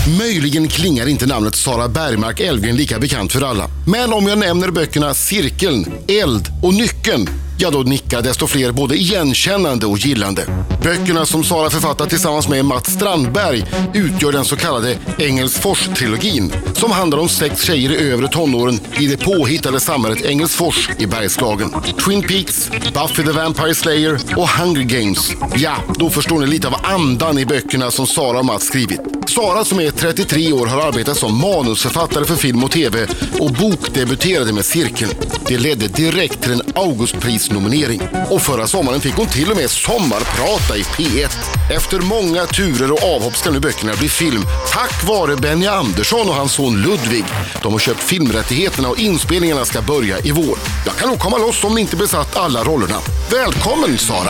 Möjligen klingar inte namnet Sara Bergmark Elfgren lika bekant för alla. Men om jag nämner böckerna Cirkeln, Eld och Nyckeln, ja då nickar desto fler både igenkännande och gillande. Böckerna som Sara författat tillsammans med Mats Strandberg utgör den så kallade Engelsfors-trilogin som handlar om 6 tjejer i övre tonåren i det påhittade samhället Engelsfors i Bergslagen. Twin Peaks, Buffy the Vampire Slayer och Hunger Games. Ja, då förstår ni lite av andan i böckerna som Sara och Mats skrivit. Sara som är 33 år har arbetat som manusförfattare för film och tv och bokdebuterade med Cirkeln. Det ledde direkt till en Augustprisnominering. Och förra sommaren fick hon till och med sommarprata i P1. Efter många turer och avhopp ska nu böckerna bli film tack vare Benny Andersson och hans son Ludvig. De har köpt filmrättigheterna och inspelningarna ska börja i vår. Jag kan nog komma loss om ni inte besatt alla rollerna. Välkommen Sara!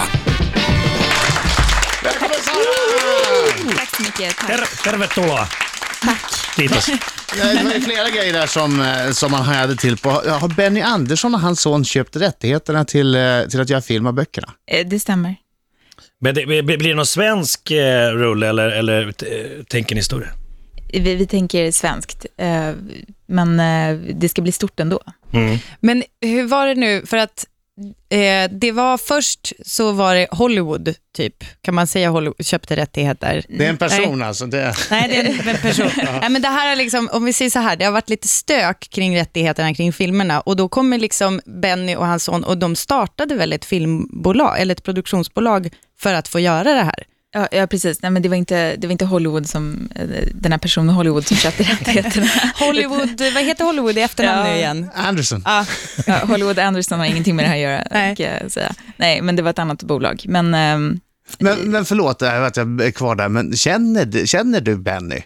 Välkommen Sara! Tack så mycket. Tack. Tervetuloa. Tack. Kiitos. Det var ju flera grejer där som man hade till på. Har Benny Andersson och hans son köpt rättigheterna till att göra film av böckerna? Det stämmer. Men blir det någon svensk rulle eller tänker ni större? Vi tänker svenskt, men det ska bli stort ändå. Mm. Men hur var det nu? För att det var först så var det Hollywood typ. Kan man säga Hollywood köpte rättigheter? Det är en person alltså. Nej, det är en person. Nej, men det här är liksom, om vi säger så här, det har varit lite stök kring rättigheterna kring filmerna. Och då kommer liksom Benny och hans son och de startade väl ett filmbolag eller ett produktionsbolag för att få göra det här. Ja, precis. Nej, men det var inte Hollywood som den här personen Hollywood som köpte rättigheterna. Hollywood, vad heter Hollywood i efternamn nu igen? Anderson. Ja, Hollywood Anderson har ingenting med det här att göra. Kan jag säga. Nej, men det var ett annat bolag. Men förlåt, jag vet jag är kvar där. Men känner du Benny?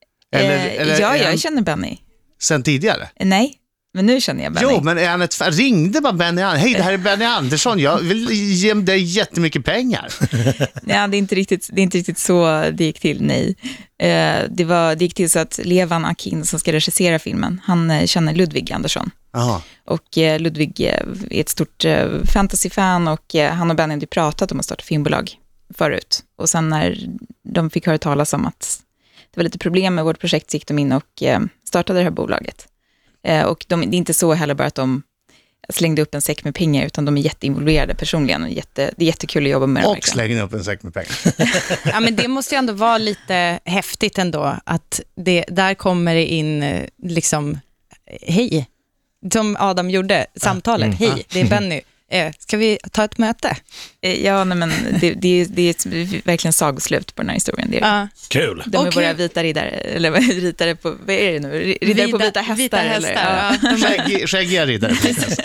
Ja, jag känner Benny. Sen tidigare? Nej, men nu känner jag Benny. Jo, men är han ringde bara Benny Andersson. Hej, det här är Benny Andersson. Jag vill ge dig jättemycket pengar. Ja, det är inte riktigt så det gick till, nej. Det gick till så att Levan Akin som ska regissera filmen, han känner Ludvig Andersson. Aha. Och Ludvig är ett stort fantasy-fan och han och Benny hade pratat om att starta filmbolag förut. Och sen när de fick höra talas om att det var lite problem med vårt projekt så gick de in och startade det här bolaget. Och det är inte så heller bara att de slängde upp en säck med pengar utan de är jätteinvolverade personligen och det är jättekul att jobba med dem. Och slängde upp en säck med pengar. Ja, men det måste ju ändå vara lite häftigt ändå att där kommer det in liksom hej, som Adam gjorde samtalet, hej, det är Benny. Ska vi ta ett möte? Ja, nej, men det är verkligen sagoslut på den här historien. Det är. Kul. De är våra vita riddare, eller riddare på, vad är det nu? Riddare på vita hästar. Vita hästar, eller? Skäggiga riddare.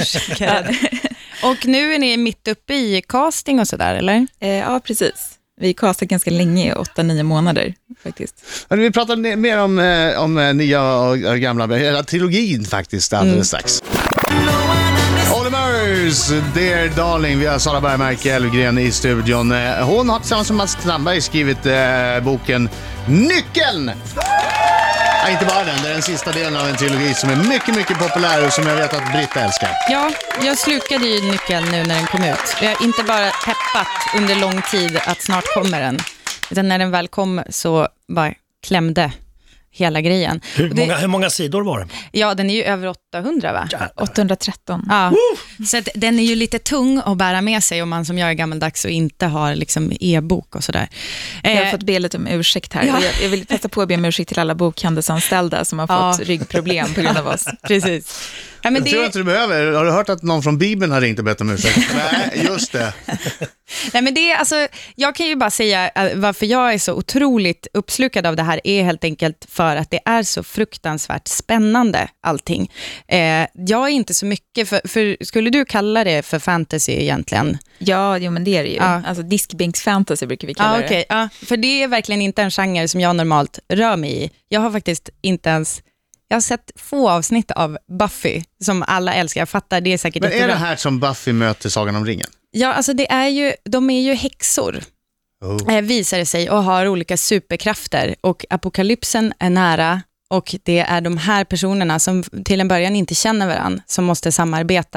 Och nu är ni mitt uppe i casting och sådär, eller? Ja, precis. Vi castat ganska länge, 8-9 månader faktiskt. Vi pratar mer om nya och gamla, hela trilogin faktiskt alldeles strax. Olimers, Dear Darling, vi har Sara Bergmark Elfgren i studion. Hon har tillsammans med Mats Strandberg skrivit boken Nyckeln. Ja, inte bara den, det är den sista delen av en trilogi som är mycket, mycket populär och som jag vet att Britta älskar. Ja, jag slukade ju Nyckeln nu när den kom ut. Jag har inte bara peppat under lång tid att snart kommer den. Utan när den väl kom så bara klämde hela grejen. Hur många sidor var den? Ja, den är ju över 800 va? 813. Ja. Så att den är ju lite tung att bära med sig om man som jag är gammaldags och inte har liksom e-bok och sådär. Jag har fått be lite om ursäkt här. Ja. Jag vill passa på att be om ursäkt till alla bokhandelsanställda som har fått ryggproblem på grund av oss. Precis. Ja, men jag tror inte du behöver. Har du hört att någon från Bibeln har ringt och bett om ursäkt? Nej, just det. Nej, men det är alltså, jag kan ju bara säga varför jag är så otroligt uppslukad av det här är helt enkelt för att det är så fruktansvärt spännande allting. Jag är inte så mycket för skulle du kalla det för fantasy egentligen? Ja, men det är det ju. Ja. Alltså diskbänksfantasy brukar vi kalla det. Ja, för det är verkligen inte en genre som jag normalt rör mig i. Jag har faktiskt inte ens... Jag har sett få avsnitt av Buffy som alla älskar. Jag fattar, det är säkert men jättebra. är det här som Buffy möter Sagan om ringen? Ja, alltså de är ju häxor. Visar det sig och har olika superkrafter. Och apokalypsen är nära. Och det är de här personerna som till en början inte känner varandra som måste samarbeta då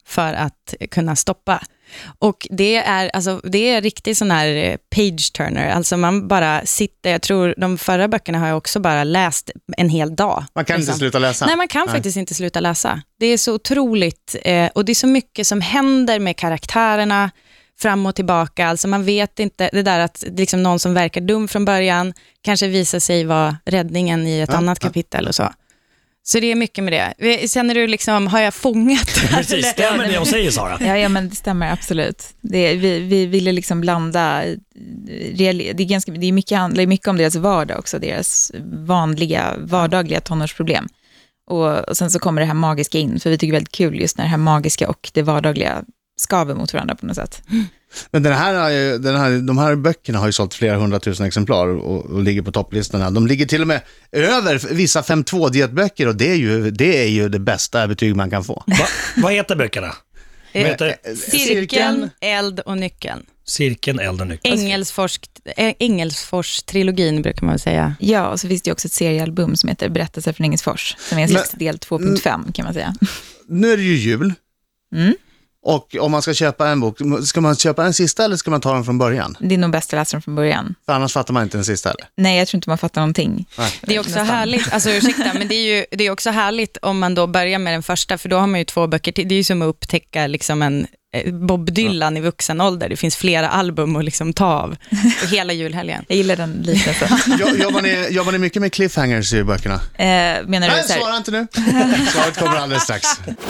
för att kunna stoppa. Och det är riktigt sån här page-turner. Alltså man bara sitter, jag tror de förra böckerna har jag också bara läst en hel dag. Man kan inte sluta läsa. Nej, man kan faktiskt inte sluta läsa. Det är så otroligt, och det är så mycket som händer med karaktärerna fram och tillbaka. Alltså man vet inte, det där att liksom någon som verkar dum från början kanske visar sig vara räddningen i ett annat kapitel och så. Så det är mycket med det. Känner du liksom, har jag fångat? Precis, stämmer det jag säger, Sara? Ja, men det stämmer absolut. Vi ville liksom blanda, det handlar mycket om deras vardag också, deras vardagliga tonårsproblem. Och sen så kommer det här magiska in, för vi tycker det är väldigt kul just när det här magiska och det vardagliga skaver mot varandra på något sätt. Men de här böckerna har ju sålt flera 100 000 exemplar och ligger på topplistorna. De ligger till och med över vissa 5.2-dietböcker, och det är ju det bästa betyg man kan få. Vad heter böckerna? Cirkeln, eld och nyckeln. Cirkeln, eld och nyckeln. Engelsfors-trilogin brukar man säga. Ja, och så finns det också ett seriealbum som heter Berättelser från Engelsfors, som är en slags del 2.5 kan man säga. Nu är det ju jul. Och om man ska köpa en bok, ska man köpa den sista eller ska man ta den från början? Det är nog bäst att läsa den från början. För annars fattar man inte den sista eller? Nej, jag tror inte man fattar någonting. Det är också härligt, alltså ursäkta, men det är också härligt om man då börjar med den första, för då har man ju 2 böcker till. Det är ju som att upptäcka liksom en Bob Dylan i vuxen ålder. Det finns flera album att liksom ta av hela julhelgen. Jag gillar den lite så. Jobbar ni mycket med cliffhangers i böckerna? Menar du Nej, så här? svara inte nu. Svaret kommer alldeles strax.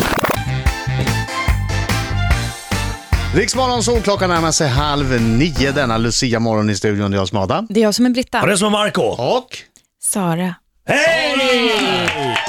Riksmorgon, så klockan närmar sig 8:30 denna Lucia morgon i studion. Det är jag som Adam. Det är jag som är Britta. Och det är som är Marco. Och? Sara. Hej!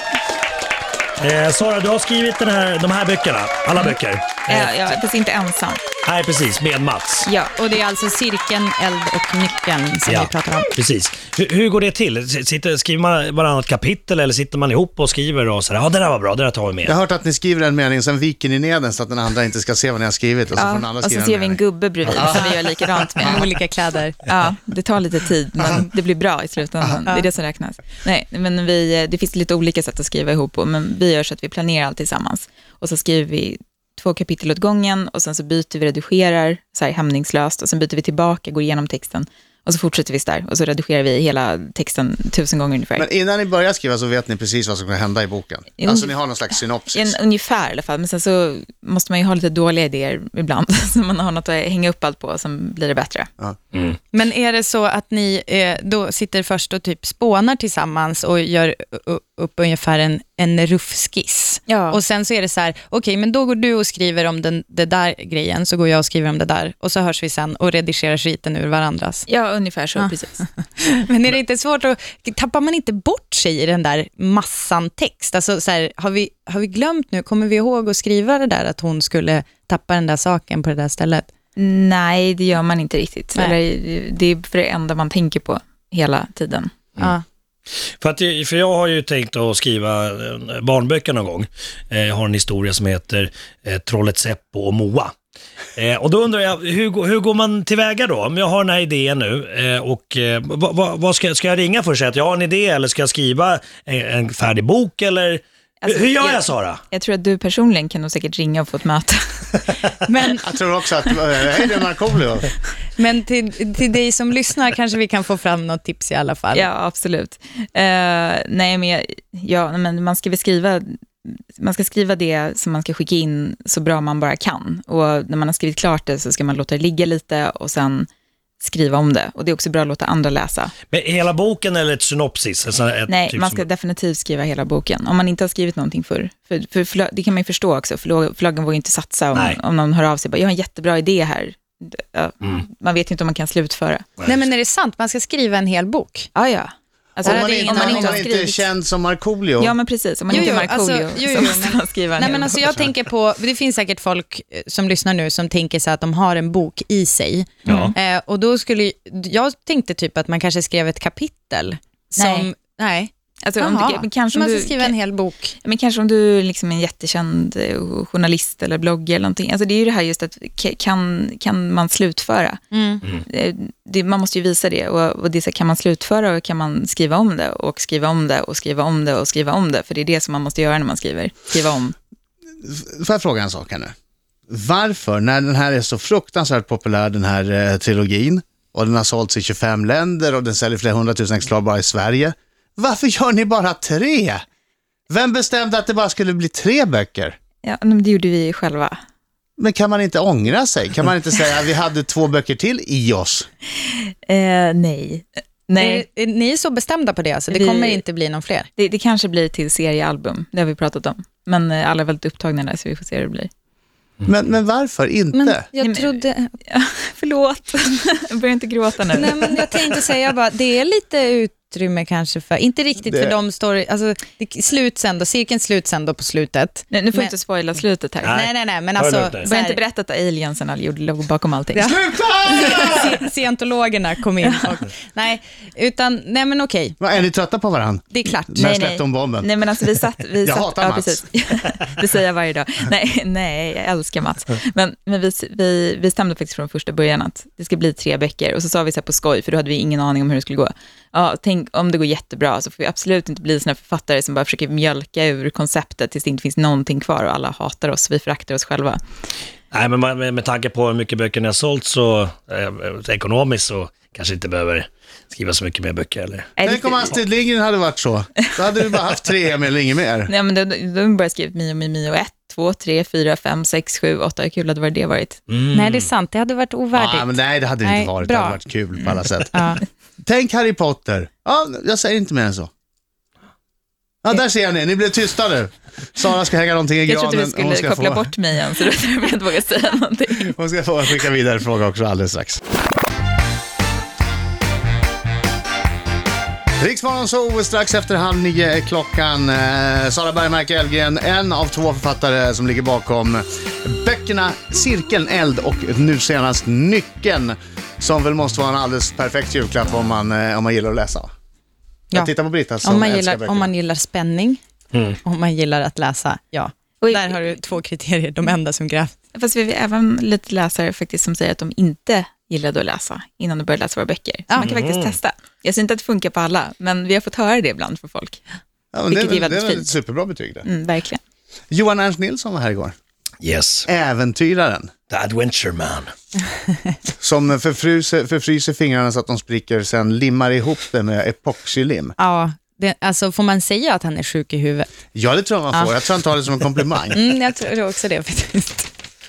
Sara, du har skrivit de här böckerna, alla böcker. Ja, fast inte ensam. Nej, precis, med Mats. Ja. Och det är alltså cirkeln, eld och nyckeln som vi pratar om. Precis. Hur går det till? Skriver man varannat kapitel eller sitter man ihop och skriver och sådär? Ja, det där var bra, det där tar vi med. Jag har hört att ni skriver en mening, sen viker ni ner den så att den andra inte ska se vad ni har skrivit. Och så, får den andra och så skriva ser vi en gubbe bredvid som vi gör likadant med. Olika kläder. Ja, det tar lite tid, men det blir bra i slutändan. Det är det som räknas. Nej, men det finns lite olika sätt att skriva ihop på, men vi gör så att vi planerar allt tillsammans. Och så skriver vi 2 kapitel åt gången och sen så byter vi, redigerar så här hämningslöst och sen byter vi tillbaka, går igenom texten och så fortsätter vi där och så redigerar vi hela texten 1000 gånger ungefär. Men innan ni börjar skriva så vet ni precis vad som kommer hända i boken. Alltså ni har någon slags synopsis. Ungefär i alla fall, men sen så måste man ju ha lite dåliga idéer ibland så man har något att hänga upp allt på och sen blir det bättre. Men är det så att ni då sitter först och typ spånar tillsammans och gör upp ungefär en ruffskiss? Ja. Och sen så är det så här, okej, men då går du och skriver om det där grejen, så går jag och skriver om det där. Och så hörs vi sen och redigerar skiten ur varandras. Ja, ungefär så, precis. Men är det inte svårt tappar man inte bort sig i den där massan text? Alltså så här, har vi glömt nu, kommer vi ihåg att skriva det där att hon skulle tappa den där saken på det där stället? Nej, det gör man inte riktigt. Eller, det är för det enda man tänker på hela tiden. Ja. För jag har ju tänkt att skriva barnböcker någon gång. Jag har en historia som heter Trollet Seppo och Moa. Och då undrar jag, hur går man tillväga då? Om jag har den här idén nu vad ska jag ringa för att säga att jag har en idé, eller ska jag skriva en färdig bok, eller hur gör jag, Sara? Jag tror att du personligen kan nog säkert ringa och få ett möte. Men jag tror också att, hej det är Markoolio. Men till dig som lyssnar kanske vi kan få fram något tips i alla fall. Ja, absolut. Men man ska väl skriva det som man ska skicka in så bra man bara kan. Och när man har skrivit klart det så ska man låta det ligga lite och sen skriva om det. Och det är också bra att låta andra läsa. Men hela boken eller ett synopsis? Nej, man ska definitivt skriva hela boken. Om man inte har skrivit någonting för det kan man ju förstå också. Förlagen vågar inte satsa om någon hör av sig. Bara, jag har en jättebra idé här. Man vet inte om man kan slutföra. Nej, men är det sant? Man ska skriva en hel bok? Ja. Alltså, om man inte är känd som Markoolio. Ja, men precis. Om man inte är Markoolio så måste man skriva en hel bok. Jag tänker på, det finns säkert folk som lyssnar nu som tänker så att de har en bok i sig. Ja. Och då jag tänkte typ att man kanske skrev ett kapitel som... Nej. Alltså, kanske man ska skriva en hel bok. Men kanske om du är liksom en jättekänd journalist eller blogger eller någonting. Alltså det är ju det här just att kan man slutföra? Man måste ju visa det. Och det är så, kan man slutföra och kan man skriva om det och skriva om det och skriva om det och skriva om det. För det är det som man måste göra när man skriver. Skriva om. Får jag fråga en sak här nu? Varför, när den här är så fruktansvärt populär, den här trilogin, och den har sålts i 25 länder och den säljer flera 100 000 exemplar bara i Sverige, varför gör ni bara 3? Vem bestämde att det bara skulle bli 3 böcker? Ja, men det gjorde vi själva. Men kan man inte ångra sig? Kan man inte säga att vi hade 2 böcker till i oss? Nej. Ni är så bestämda på det, alltså. Det kommer inte bli någon fler. Det kanske blir till seriealbum, det har vi pratat om. Men alla är väldigt upptagna där, så vi får se hur det blir. Men varför inte? Men jag trodde... Förlåt, jag börjar inte gråta nu. Nej, men jag tänkte säga bara, det är lite utrymme kanske för, inte riktigt för de story, alltså cirkeln sluts ändå på slutet. Nu får inte spoila slutet här. Nej, men alltså... Börja inte berätta att aliensen låg bakom allting. Ja. Scientologerna kom in och... Nej, men okej. Är ni trötta på varandra? Det är klart. När släppte om bomben? Nej, men alltså vi satt jag hatar Mats. Precis. Det säger jag varje dag. Nej, jag älskar Mats. Men vi bestämde faktiskt från första början att det ska bli 3 böcker. Och så sa vi så här på skoj, för då hade vi ingen aning om hur det skulle gå. Ja, tänk om det går jättebra, så får vi absolut inte bli såna författare som bara försöker mjölka ur konceptet tills det inte finns någonting kvar och alla hatar oss, vi föraktar oss själva. Nej, men med tanke på hur mycket böcker ni har sålt så ekonomiskt så kanske inte behöver skriva så mycket mer böcker. Eller? Tänk om Astrid Lindgren hade varit så. Då hade vi bara haft 3 eller inget mer. Nej, men då har vi bara skrivit Mio 1, 2, 3, 4, 5, 6, 7, 8. Hur kul hade det varit? Nej, det är sant. Det hade varit ovärdigt. Ja, men nej, det hade det inte varit. Bra. Det hade varit kul på alla sätt. Ja. Tänk Harry Potter. Ja, jag säger inte mer än så. Ja, där ser ni blev tysta nu. Sara ska hänga någonting i granen. Jag trodde du skulle koppla bort mig igen, så då tror jag inte våga säga någonting. Hon ska få skicka vidare fråga också alldeles strax. Riksmorgon så strax efter 8:30 klockan. Sara Bergmark Elfgren, en av 2 författare som ligger bakom böckerna Cirkeln, Eld och nu senast Nyckeln, som väl måste vara en alldeles perfekt julklapp om man gillar att läsa. Jag tittar på Britta som om man gillar spänning, om man gillar att läsa, ja. Där har du 2 kriterier, de enda som grävt. Fast vi har även lite läsare faktiskt som säger att de inte gillade att läsa innan de började läsa våra böcker. Så man kan faktiskt testa. Jag säger inte att det funkar på alla, men vi har fått höra det ibland för folk. Ja, men det är väl ett superbra betyg det. Verkligen. Johan Ernst Nilsson var här igår. Yes. Äventyraren. The Adventure Man. Som förfryser fingrarna så att de spricker, sen limmar ihop det med epoxylim. Ja, alltså får man säga att han är sjuk i huvudet? Ja, det tror jag man får. Jag tror han tar det som en komplimang. Jag tror också det faktiskt.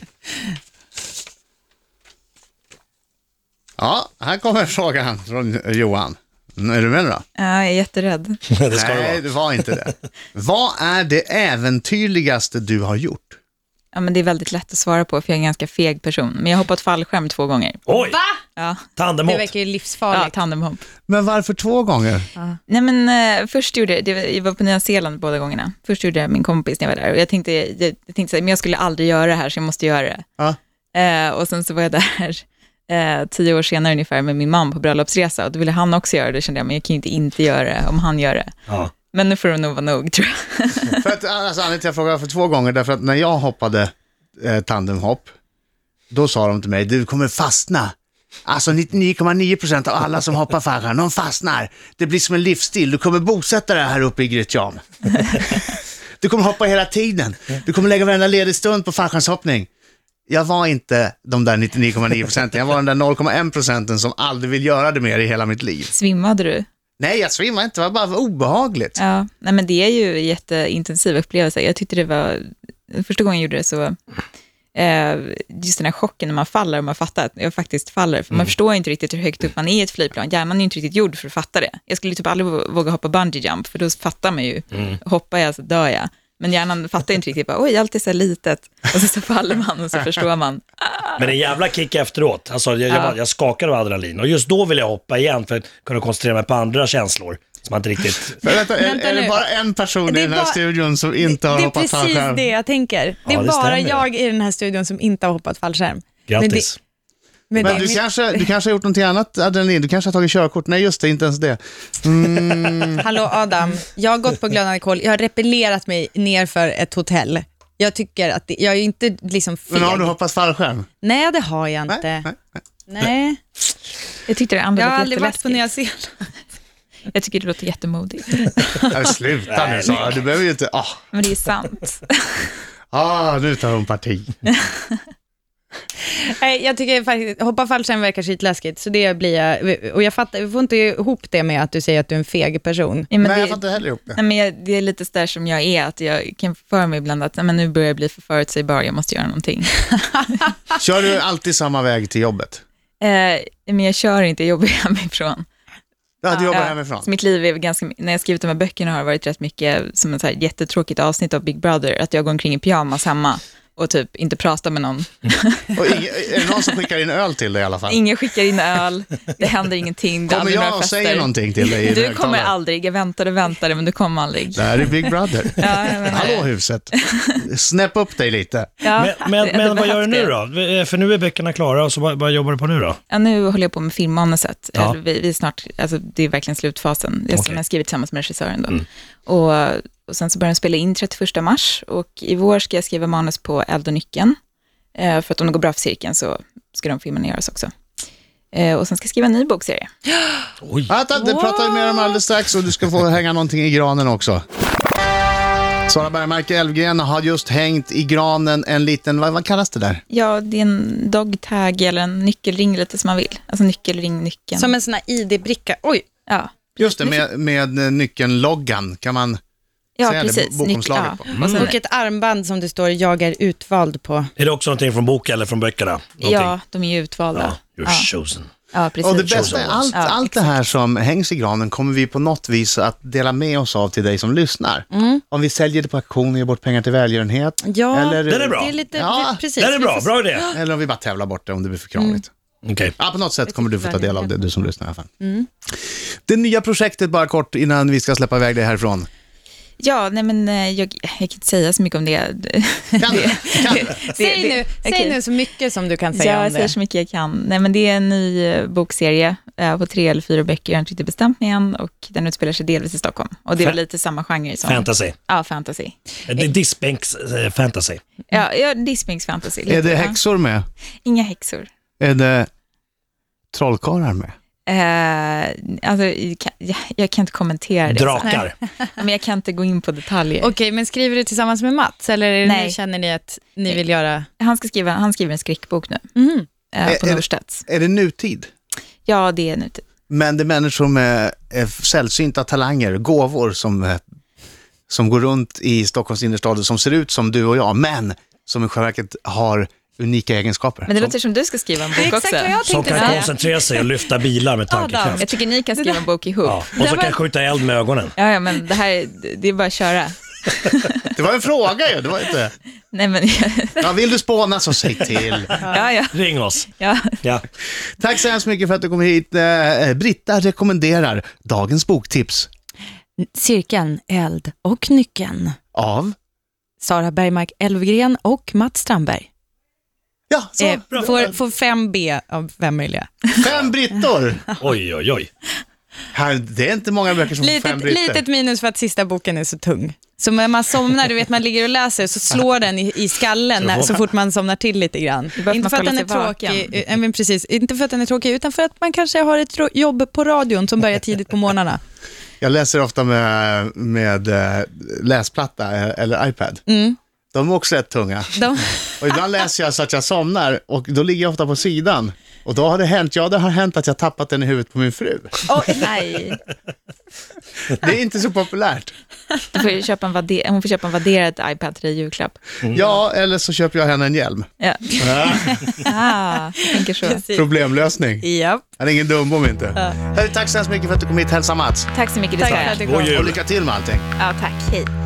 Ja, här kommer frågan från Johan. Är du med då? Ja, jag är jätterädd. Nej, det var inte det. Vad är det äventyrligaste du har gjort? Ja, men det är väldigt lätt att svara på, för jag är en ganska feg person. Men jag har hoppat fallskärm 2 gånger. Oj! Va? Ja. Tandemhopp. Det verkar ju livsfarligt. Ja, tandemhopp. Men varför 2 gånger? Nej, men först gjorde jag var på Nya Zeeland båda gångerna. Först gjorde jag min kompis när jag var där. Och jag tänkte så här, men jag skulle aldrig göra det här, så jag måste göra det. Ja. Och sen så var jag där 10 år senare ungefär med min man på bröllopsresa. Och då ville han också göra det, kände jag. Men jag kan ju inte göra det om han gör det. Ja. Men nu får det nog vara nog, tror jag. För att, alltså, anledningen till att jag frågade för 2 gånger, därför att när jag hoppade tandemhopp, då sa de till mig, du kommer fastna. Alltså 99,9% av alla som hoppar fallskärm, de fastnar. Det blir som en livsstil. Du kommer bosätta dig här uppe i Grytjan. Du kommer hoppa hela tiden. Du kommer lägga varenda ledig stund på fallskärmshoppning. Jag var inte de där 99,9%. Jag var den där 0,1% som aldrig vill göra det mer i hela mitt liv. Svimmade du? Nej, jag svimmade inte. Det var bara obehagligt. Ja, nej, men det är ju en jätteintensiv upplevelse. Jag tyckte det var, första gången jag gjorde det så, just den här chocken när man faller och man fattar att jag faktiskt faller. För man förstår inte riktigt hur högt upp man är i ett flygplan. Hjärnan är inte riktigt gjord för att fatta det. Jag skulle typ aldrig våga hoppa bungee jump, för då fattar man ju. Hoppar jag så dör jag. Men hjärnan fattar inte riktigt, bara, oj, allt är så litet. Och så faller man och så förstår man. Men en jävla kick efteråt. Alltså, jag skakar av adrenalin. Och just då vill jag hoppa igen för att kunna koncentrera mig på andra känslor. Som man inte riktigt... Vänta, är det bara en person i den här studion som inte har hoppat fallskärm? Det är precis det jag tänker. Det är det bara stämmer. jag i den här studion som inte har hoppat fallskärm. Grattis. Men du kanske har gjort någonting annat, adrenalin. Du kanske har tagit körkort. Nej, just det, inte ens det. Hallå Adam, jag har gått på glödande kol. Jag har repellerat mig ner för ett hotell. Jag tycker att jag är inte liksom feg. Men har du hoppat fallskärm? Nej, det har jag inte. Nej. Jag tyckte det andra Jag har låter aldrig varit på jätteläskigt. Nya Zeeland. Jag tycker det låter jättemodigt. Sluta nu, Sara. Du behöver ju inte... Men det är sant. Nu tar hon parti. Nej, jag tycker faktiskt, hoppa fallskärm verkar skitläskigt, så det blir jag, och jag får inte ihop det med att du säger att du är en feg person. Ja, men Nej, det, jag får inte heller ihop det. nej, men det är lite där som jag är, att jag kan för mig ibland att men nu börjar jag bli för förutsägbar, jag måste göra någonting. Kör du alltid samma väg till jobbet? Men jag kör inte, jag jobbar hemifrån. Ja, du jobbar Ja, hemifrån. så mitt liv är ganska, när jag skrivit de här böckerna har det varit rätt mycket som ett så här jättetråkigt avsnitt av Big Brother, att jag går omkring i pyjamas hemma och typ inte pratar med någon. Och är det någon som skickar in öl till dig i alla fall? Ingen skickar in öl, det händer ingenting. Det Kommer aldrig jag några och fester. säger någonting till dig i Du högtalare? kommer aldrig, jag väntade, men du kommer aldrig. Det här är Big Brother. Ja, jag menar Hallå det. huset. Snäpp upp dig lite. Ja, Men det vad gör du nu behövs då? För nu är böckerna klara och så vad jobbar du på nu då? Ja, nu håller jag på med filmmanuset. Ja. Vi är snart, alltså det är verkligen slutfasen. Det är som Okej. jag skrivit tillsammans med regissören då. Och sen så börjar jag spela in 31 mars och i vår ska jag skriva manus på Eld och nyckeln. För att om det går bra för cirkeln så ska de filmen göras också. Och sen ska jag skriva en ny bokserie. Oj. Det pratar vi mer om alldeles strax och du ska få hänga någonting i granen också. Sara Bergmark Elfgren har just hängt i granen en liten, vad kallas det där? Ja, det är en dogtag eller en nyckelring lite som man vill. Alltså nyckelring, nyckeln. Som en sån här ID-bricka. Oj, Ja, Just det, med nyckeln-loggan kan man ja säga precis. det, bokomslaget Ja. på. Och sen, och ett armband som det står jag är utvald på. Är det också någonting från boken eller från böckerna? Någonting? ja, de är ju utvalda. Ja, you're chosen. Ja, precis. Och det bästa är Ja, allt det här som hängs i granen kommer vi på något vis att dela med oss av till dig som lyssnar. Om vi säljer det på auktion och ger bort pengar till välgörenhet. Ja, Eller, Den är bra. det är lite, Ja, precis. Det är bra, bra idé. eller om vi bara tävlar bort det om det blir för krångligt. Okej. Ja, på något sätt kommer du få ta del av det, du som lyssnar i alla fall. Det nya projektet, bara kort innan vi ska släppa iväg det härifrån. Ja, nej men jag kan inte säga så mycket om det. Säg nu så mycket som du kan säga Jag om säger det. så mycket jag kan. Nej, men det är en ny bokserie på 3 eller 4 böcker. Jag har inte riktigt bestämt mig än och den utspelar sig delvis i Stockholm. Och det är lite samma genre som... Fantasy. Ja, fantasy. Det är Diskbänks fantasy. Ja, Disney's fantasy. Är det häxor med? Inga häxor. Är det trollkarlar med? Alltså, jag kan inte kommentera det. Drakar. Men jag kan inte gå in på detaljer. Okej, men skriver du tillsammans med Mats? Eller är det Nej. nu känner ni att ni vill göra... Han skriver en skräckbok nu på Norstedts. Är det nutid? Ja, det är nutid. Men det är människor med sällsynta talanger, gåvor som går runt i Stockholms innerstad som ser ut som du och jag, men som i själva verket har unika egenskaper. Men det låter som du ska skriva en bok Exakt också. vad jag Som tänkte kan säga. koncentrera sig och lyfta bilar med tankekraft. Jag tycker ni kan skriva en bok ihop. Ja. Och så kan skjuta eld med ögonen. Ja, men det här, det är bara att köra. Det var en fråga ju, det var inte... Nej, men... Ja, vill du spåna så säg till. ja. Ring oss. Ja. Ja. Tack så hemskt mycket för att du kom hit. Britta rekommenderar dagens boktips Cirkeln, eld och nyckeln. av... Sara Bergmark Elfgren och Mats Strandberg. Ja, så. Får 5B av 5 möjliga. 5 brittor. Oj, oj, oj. Det är inte många böcker som får 5 britter. Litet minus för att sista boken är så tung. Så när man somnar, du vet man ligger och läser så slår den i skallen så fort man somnar till lite grann. Inte för att den är tråkig, men precis, inte för att den är tråkig utan för att man kanske har ett jobb på radion som börjar tidigt på morgnarna. Jag läser ofta med läsplatta eller iPad. De är också rätt tunga. Och ibland läser jag så att jag somnar och då ligger jag ofta på sidan. Och då har det hänt att jag tappat den i huvudet på min fru. Nej. Det är inte så populärt. Du får köpa hon får köpa en vadderad iPad till dig i julklapp. Ja, eller så köper jag henne en hjälm. Ja. Jag tänker så. Problemlösning. Ja. Han är ingen dumbom inte. Hej, tack så hemskt mycket för att du kom hit. Hälsa Mats. Tack så mycket, Tack för att du kom. God jul. Och lycka till med allting. Ja, tack. Hej.